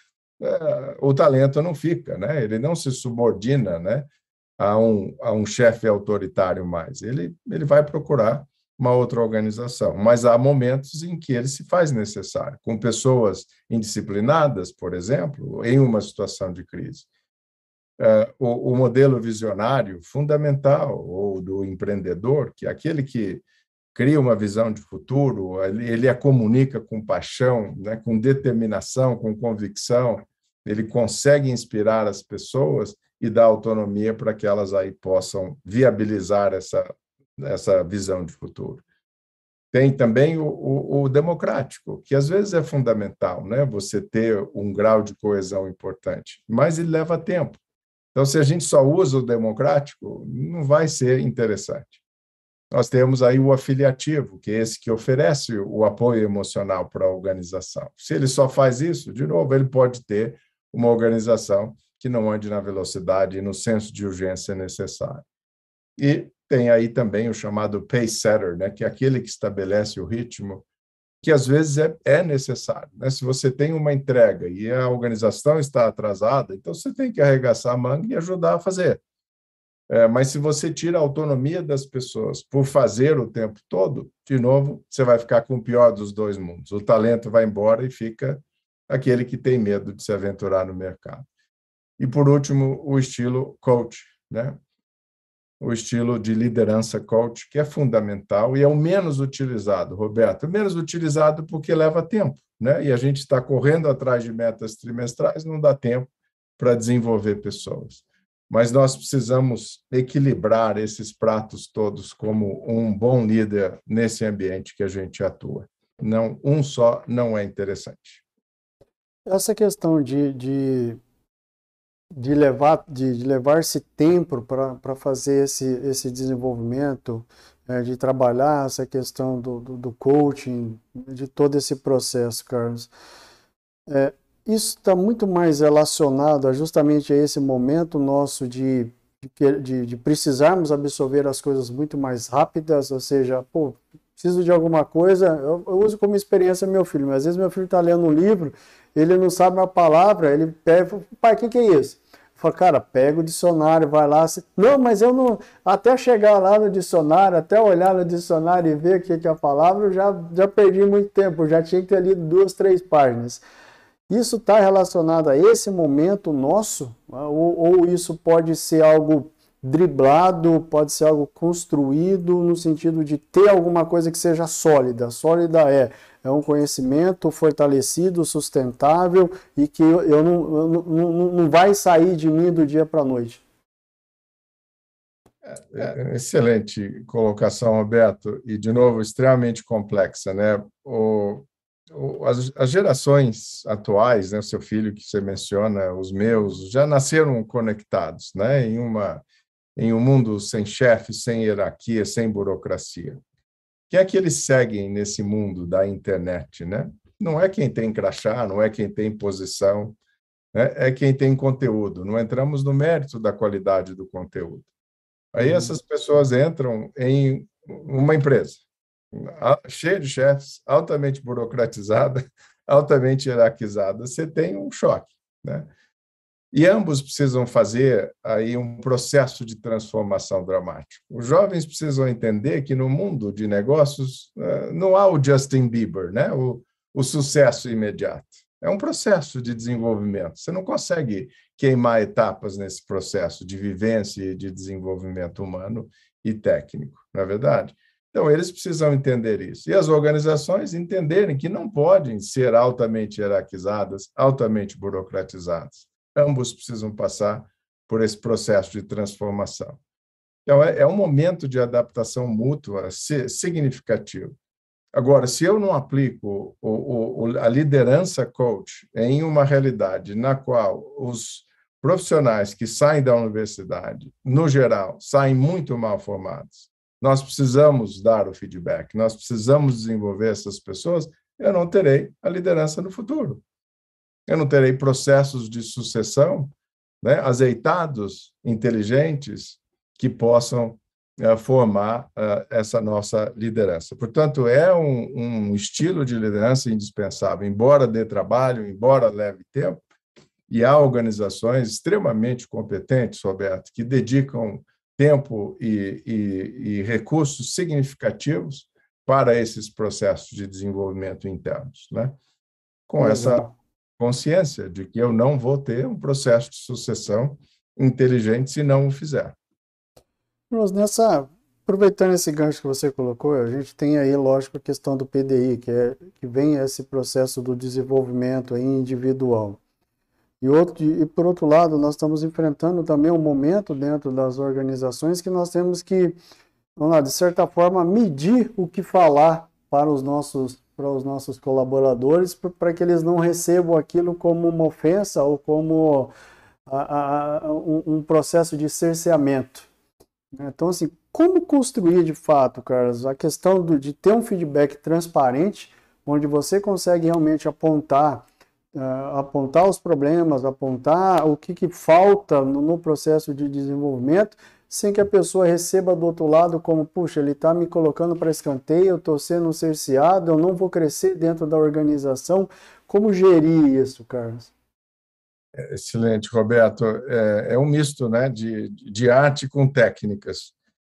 o talento não fica, né? Ele não se subordina, né, a um, a um chefe autoritário mais. Ele, ele vai procurar uma outra organização. Mas há momentos em que ele se faz necessário, com pessoas indisciplinadas, por exemplo, em uma situação de crise. O, o modelo visionário fundamental, ou do empreendedor, que é aquele que cria uma visão de futuro, ele a comunica com paixão, né, com determinação, com convicção, ele consegue inspirar as pessoas e dar autonomia para que elas aí possam viabilizar essa, essa visão de futuro. Tem também o, o, o democrático, que às vezes é fundamental, né, você ter um grau de coesão importante, mas ele leva tempo. Então, se a gente só usa o democrático, não vai ser interessante. Nós temos aí o afiliativo, que é esse que oferece o apoio emocional para a organização. Se ele só faz isso, de novo, ele pode ter uma organização que não ande na velocidade e no senso de urgência necessário. E tem aí também o chamado pace setter, né, que é aquele que estabelece o ritmo, que às vezes é, é necessário, né? Se você tem uma entrega e a organização está atrasada, então você tem que arregaçar a manga e ajudar a fazer. É, mas se você tira a autonomia das pessoas por fazer o tempo todo, de novo, você vai ficar com o pior dos dois mundos. O talento vai embora e fica aquele que tem medo de se aventurar no mercado. E, por último, o estilo coach, né? O estilo de liderança coach, que é fundamental e é o menos utilizado, Roberto. Menos utilizado porque leva tempo, né? E a gente está correndo atrás de metas trimestrais, não dá tempo para desenvolver pessoas. Mas nós precisamos equilibrar esses pratos todos como um bom líder nesse ambiente que a gente atua. Não, um só não é interessante. Essa questão de, de, de levar de, de levar esse tempo para fazer esse, esse desenvolvimento, é, de trabalhar essa questão do, do, do coaching, de todo esse processo, Carlos, é, isso está muito mais relacionado a justamente a esse momento nosso de, de, de precisarmos absorver as coisas muito mais rápidas, ou seja, pô, preciso de alguma coisa, eu, eu uso como experiência meu filho, mas às vezes meu filho está lendo um livro, ele não sabe uma palavra, ele pega, pai, o que, que é isso? Eu falo, cara, pega o dicionário, vai lá, se... não, mas eu não, até chegar lá no dicionário, até olhar no dicionário e ver o que, que é a palavra, eu já, já perdi muito tempo, eu já tinha que ter lido duas, três páginas. Isso está relacionado a esse momento nosso, ou, ou isso pode ser algo driblado, pode ser algo construído no sentido de ter alguma coisa que seja sólida. Sólida é, é um conhecimento fortalecido, sustentável e que eu, eu não, eu não, não vai sair de mim do dia para a noite. É, excelente colocação, Roberto, e de novo extremamente complexa, né? O, o, as, as gerações atuais, né, o seu filho que você menciona, os meus, já nasceram conectados, né, em uma em um mundo sem chefe, sem hierarquia, sem burocracia. Quem é que eles seguem nesse mundo da internet, né? Não é quem tem crachá, não é quem tem posição, né? É quem tem conteúdo. Não entramos no mérito da qualidade do conteúdo. Aí essas pessoas entram em uma empresa cheia de chefes, altamente burocratizada, altamente hierarquizada. Você tem um choque, né? E ambos precisam fazer aí um processo de transformação dramático. Os jovens precisam entender que no mundo de negócios não há o Justin Bieber, né? o, o sucesso imediato. É um processo de desenvolvimento. Você não consegue queimar etapas nesse processo de vivência e de desenvolvimento humano e técnico, não é verdade? Então, eles precisam entender isso. E as organizações entenderem que não podem ser altamente hierarquizadas, altamente burocratizadas. Ambos precisam passar por esse processo de transformação. Então, é um momento de adaptação mútua significativo. Agora, se eu não aplico o, o, a liderança coach em uma realidade na qual os profissionais que saem da universidade, no geral, saem muito mal formados, nós precisamos dar o feedback, nós precisamos desenvolver essas pessoas, eu não terei a liderança no futuro. Eu não terei processos de sucessão, né, azeitados, inteligentes, que possam uh, formar uh, essa nossa liderança. Portanto, é um, um estilo de liderança indispensável, embora dê trabalho, embora leve tempo, e há organizações extremamente competentes, Roberto, que dedicam tempo e, e, e recursos significativos para esses processos de desenvolvimento internos, né? Com Legal. Essa consciência de que eu não vou ter um processo de sucessão inteligente se não o fizer. Mas nessa, aproveitando esse gancho que você colocou, a gente tem aí, lógico, a questão do P D I, que, é, que vem esse processo do desenvolvimento aí individual. E, outro, e, por outro lado, nós estamos enfrentando também um momento dentro das organizações que nós temos que, vamos lá, de certa forma, medir o que falar para os nossos, para os nossos colaboradores, para que eles não recebam aquilo como uma ofensa ou como a, a, um, um processo de cerceamento. Então, assim, como construir de fato, Carlos, a questão do, de ter um feedback transparente, onde você consegue realmente apontar Uh, apontar os problemas, apontar o que, que falta no, no processo de desenvolvimento, sem que a pessoa receba do outro lado como, puxa, ele está me colocando para escanteio, eu estou sendo cerceado, eu não vou crescer dentro da organização. Como gerir isso, Carlos? Excelente, Roberto. É, é um misto, né, de, de arte com técnicas.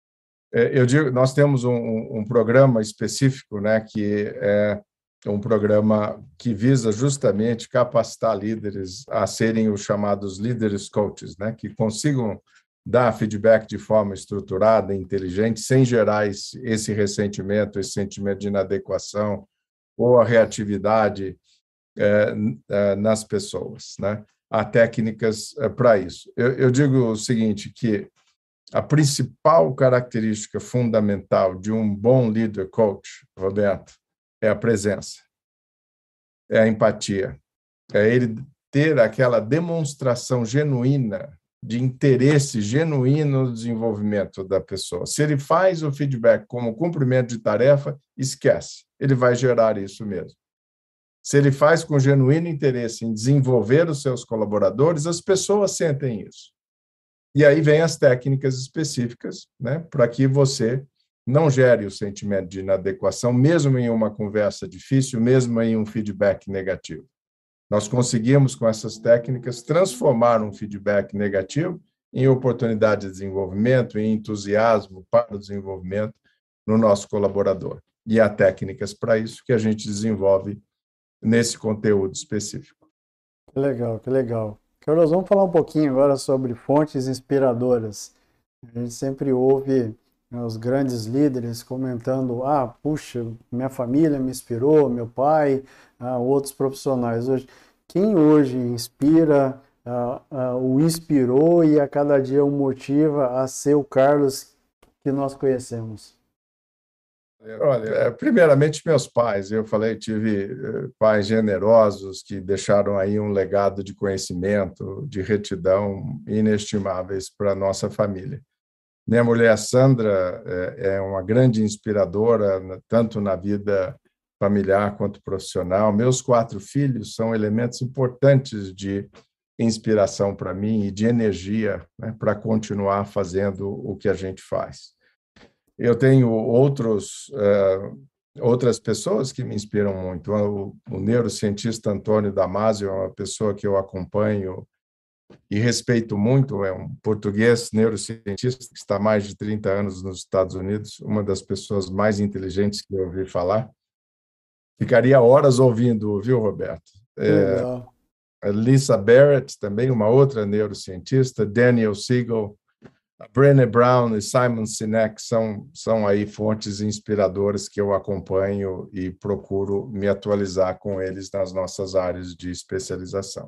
É, eu digo, nós temos um, um programa específico, né, que é um programa que visa justamente capacitar líderes a serem os chamados líderes coaches, né? Que consigam dar feedback de forma estruturada, inteligente, sem gerar esse, esse ressentimento, esse sentimento de inadequação ou a reatividade é, é, nas pessoas, né? Há técnicas é, para isso. Eu, eu digo o seguinte, que a principal característica fundamental de um bom líder coach, Roberto, é a presença, é a empatia, é ele ter aquela demonstração genuína de interesse genuíno no desenvolvimento da pessoa. Se ele faz o feedback como cumprimento de tarefa, esquece, ele vai gerar isso mesmo. Se ele faz com genuíno interesse em desenvolver os seus colaboradores, as pessoas sentem isso. E aí vem as técnicas específicas, né, para que você não gere o sentimento de inadequação, mesmo em uma conversa difícil, mesmo em um feedback negativo. Nós conseguimos, com essas técnicas, transformar um feedback negativo em oportunidade de desenvolvimento, em entusiasmo para o desenvolvimento no nosso colaborador. E há técnicas para isso que a gente desenvolve nesse conteúdo específico. Que legal, que legal. Carlos, vamos falar um pouquinho agora sobre fontes inspiradoras. A gente sempre ouve, né, os grandes líderes comentando: ah, puxa, minha família me inspirou, meu pai, ah, outros profissionais. Hoje, quem hoje inspira, ah, ah, o inspirou e a cada dia o motiva a ser o Carlos que nós conhecemos? Olha, primeiramente meus pais. Eu falei, tive pais generosos que deixaram aí um legado de conhecimento, de retidão inestimáveis para a nossa família. Minha mulher Sandra é uma grande inspiradora, tanto na vida familiar quanto profissional. Meus quatro filhos são elementos importantes de inspiração para mim e de energia, né, para continuar fazendo o que a gente faz. Eu tenho outros, uh, outras pessoas que me inspiram muito. O, o neurocientista Antônio Damasio é uma pessoa que eu acompanho e respeito muito, é um português neurocientista que está há mais de trinta anos nos Estados Unidos, uma das pessoas mais inteligentes que eu ouvi falar. Ficaria horas ouvindo, viu, Roberto? Legal. É, Lisa Barrett, também uma outra neurocientista, Daniel Siegel, Brené Brown e Simon Sinek são, são aí fontes inspiradoras que eu acompanho e procuro me atualizar com eles nas nossas áreas de especialização.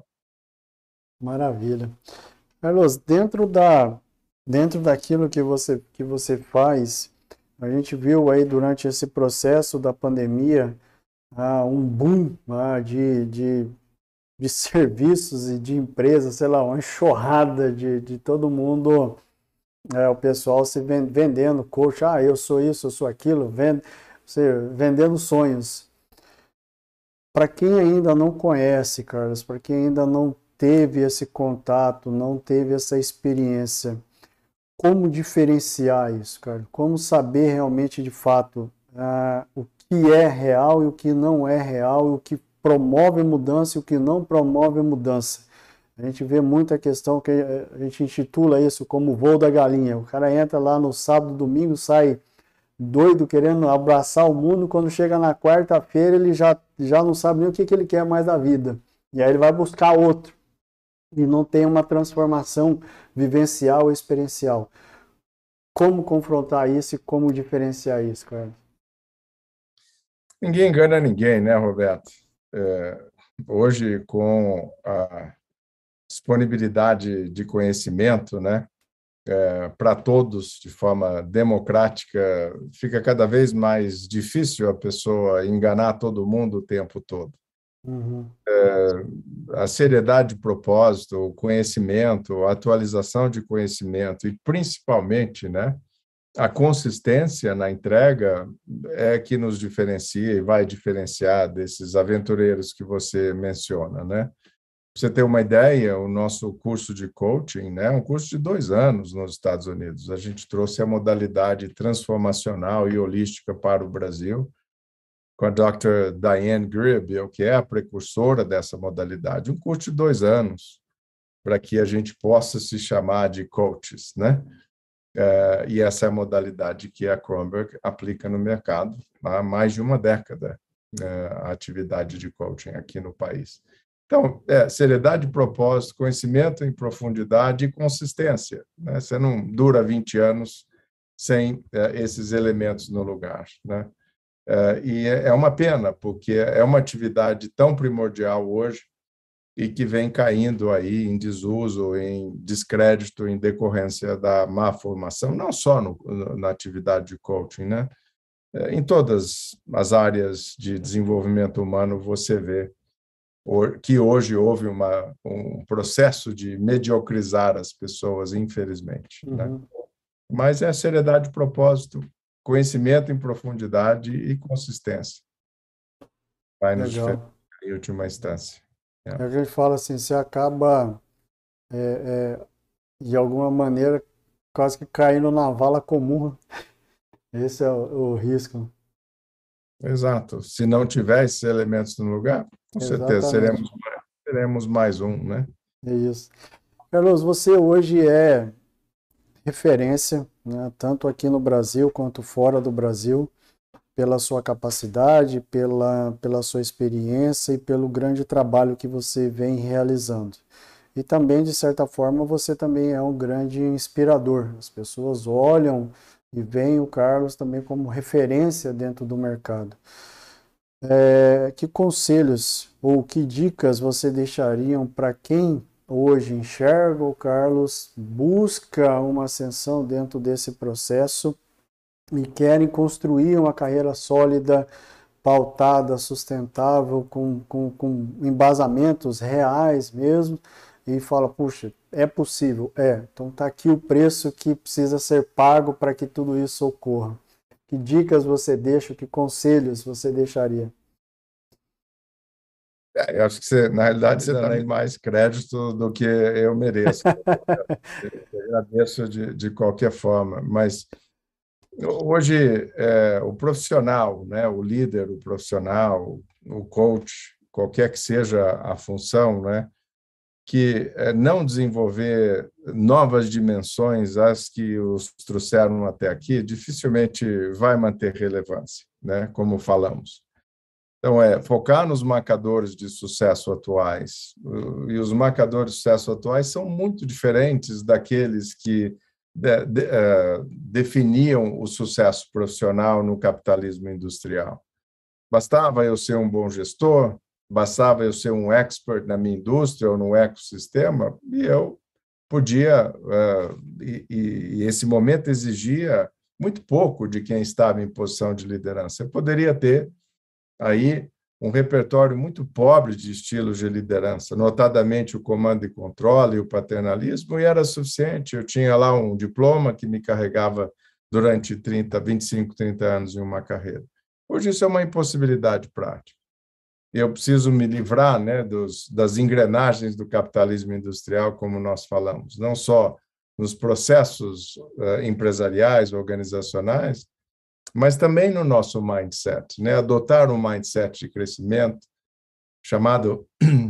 Maravilha. Carlos, dentro da, dentro daquilo que você, que você faz, a gente viu aí durante esse processo da pandemia, ah, um boom, ah, de, de, de serviços e de empresas, sei lá, uma enxurrada de, de todo mundo, é, o pessoal se vendendo, coach, ah, eu sou isso, eu sou aquilo, vend, você, vendendo sonhos. Para quem ainda não conhece, Carlos, para quem ainda não teve esse contato, não teve essa experiência, como diferenciar isso, cara? Como saber realmente, de fato, uh, o que é real e o que não é real, e o que promove mudança e o que não promove mudança? A gente vê muita questão que a gente intitula isso como o voo da galinha. O cara entra lá no sábado, domingo, sai doido, querendo abraçar o mundo, quando chega na quarta-feira ele já, já não sabe nem o que, que ele quer mais da vida. E aí ele vai buscar outro. E não tem uma transformação vivencial ou experiencial. Como confrontar isso e como diferenciar isso, cara? Ninguém engana ninguém, né, Roberto? É, hoje, com a disponibilidade de conhecimento, né, é, para todos, de forma democrática, fica cada vez mais difícil a pessoa enganar todo mundo o tempo todo. Uhum. É, a seriedade de propósito, o conhecimento, a atualização de conhecimento e, principalmente, né, a consistência na entrega é que nos diferencia e vai diferenciar desses aventureiros que você menciona, né? Pra você ter uma ideia, o nosso curso de coaching, né, é um curso de dois anos nos Estados Unidos. A gente trouxe a modalidade transformacional e holística para o Brasil, com a doutora Diane Gribble, que é a precursora dessa modalidade. Um curso de dois anos, para que a gente possa se chamar de coaches, né? É, e essa é a modalidade que a Kronberg aplica no mercado há mais de uma década, é, a atividade de coaching aqui no país. Então, é, seriedade, propósito, conhecimento em profundidade e consistência, né? Você não dura vinte anos sem é, esses elementos no lugar, né? E é uma pena, porque é uma atividade tão primordial hoje e que vem caindo aí em desuso, em descrédito, em decorrência da má formação, não só no, na atividade de coaching, né? Em todas as áreas de desenvolvimento humano, você vê que hoje houve uma, um processo de mediocrizar as pessoas, infelizmente, né? Uhum. Mas é seriedade de propósito, conhecimento em profundidade e consistência. Vai nos diferenciar Legal. em última instância. É. A gente fala assim, você acaba, é, é, de alguma maneira, quase que caindo na vala comum. Esse é o, o risco. Exato. Se não tiver esses elementos no lugar, com certeza Exatamente. seremos, seremos mais um, né? É isso. Carlos, você hoje é referência, né, tanto aqui no Brasil quanto fora do Brasil, pela sua capacidade, pela, pela sua experiência e pelo grande trabalho que você vem realizando. E também, de certa forma, você também é um grande inspirador. As pessoas olham e veem o Carlos também como referência dentro do mercado. É, que conselhos ou que dicas você deixariam para quem hoje enxerga o Carlos, busca uma ascensão dentro desse processo e querem construir uma carreira sólida, pautada, sustentável, com, com, com embasamentos reais mesmo, e fala, puxa, é possível? É, então está aqui o preço que precisa ser pago para que tudo isso ocorra. Que dicas você deixa, que conselhos você deixaria? É, eu acho que você, na realidade, você dá mais crédito do que eu mereço. Eu agradeço de, de qualquer forma, mas hoje é, o profissional, né, o líder, o profissional, o coach, qualquer que seja a função, né, que é, não desenvolver novas dimensões, as que os trouxeram até aqui, dificilmente vai manter relevância, né, como falamos. Então, é focar nos marcadores de sucesso atuais. E os marcadores de sucesso atuais são muito diferentes daqueles que de, de, uh, definiam o sucesso profissional no capitalismo industrial. Bastava eu ser um bom gestor, bastava eu ser um expert na minha indústria ou no ecossistema, e eu podia, uh, e, e esse momento exigia muito pouco de quem estava em posição de liderança. Eu poderia ter aí um repertório muito pobre de estilos de liderança, notadamente o comando e controle e o paternalismo, e era suficiente. Eu tinha lá um diploma que me carregava durante trinta, vinte e cinco, trinta anos em uma carreira. Hoje isso é uma impossibilidade prática. Eu preciso me livrar, né, dos, das engrenagens do capitalismo industrial, como nós falamos, não só nos processos uh, empresariais, organizacionais, mas também no nosso mindset, né? Adotar um mindset de crescimento chamado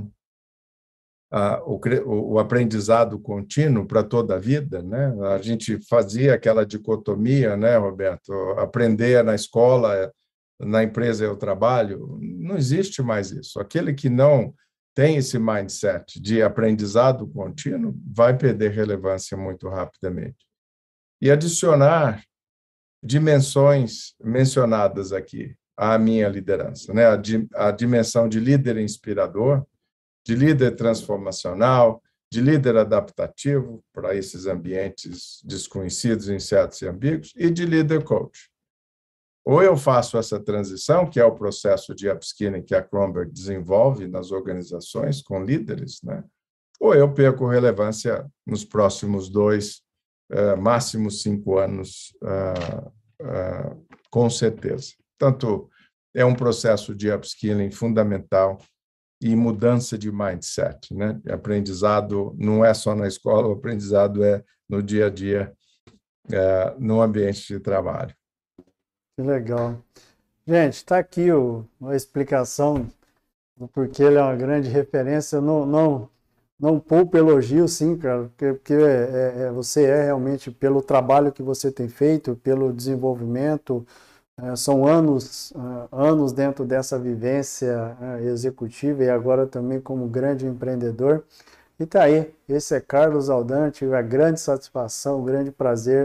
uh, o, o aprendizado contínuo para toda a vida, né? A gente fazia aquela dicotomia, né, Roberto? Aprender na escola, na empresa é o trabalho. Não existe mais isso. Aquele que não tem esse mindset de aprendizado contínuo vai perder relevância muito rapidamente. E adicionar dimensões mencionadas aqui à minha liderança, né? A, di, a dimensão de líder inspirador, de líder transformacional, de líder adaptativo para esses ambientes desconhecidos, incertos e ambíguos, e de líder coach. Ou eu faço essa transição, que é o processo de upskilling que a Kronberg desenvolve nas organizações com líderes, né? Ou eu perco relevância nos próximos dois Uh, máximo cinco anos, uh, uh, com certeza. Portanto, é um processo de upskilling fundamental e mudança de mindset, né? Aprendizado não é só na escola, o aprendizado é no dia a dia, uh, no ambiente de trabalho. Que legal. Gente, está aqui o, a explicação do porquê ele é uma grande referência. Eu não, não, não poupo elogio, sim, cara, porque, porque é, é, você é realmente, pelo trabalho que você tem feito, pelo desenvolvimento, é, são anos, uh, anos dentro dessa vivência uh, executiva e agora também como grande empreendedor. E tá aí, esse é Carlos Aldante, a grande satisfação, o grande prazer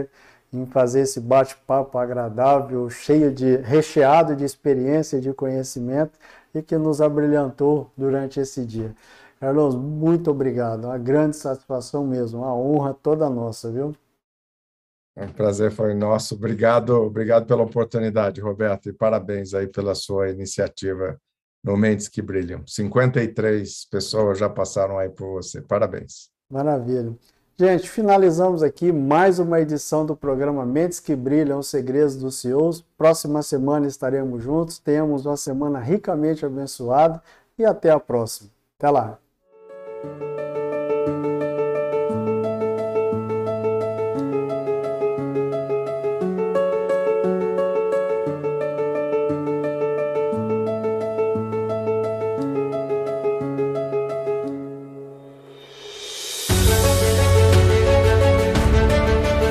em fazer esse bate-papo agradável, cheio de, recheado de experiência e de conhecimento e que nos abrilhantou durante esse dia. Carlos, muito obrigado, uma grande satisfação mesmo, uma honra toda nossa, viu? O prazer foi nosso. Obrigado, obrigado pela oportunidade, Roberto, e parabéns aí pela sua iniciativa no Mentes que Brilham. cinquenta e três pessoas já passaram aí por você. Parabéns. Maravilha. Gente, finalizamos aqui mais uma edição do programa Mentes que Brilham, os segredos dos C E Os. Próxima semana estaremos juntos. Tenhamos uma semana ricamente abençoada e até a próxima. Até lá.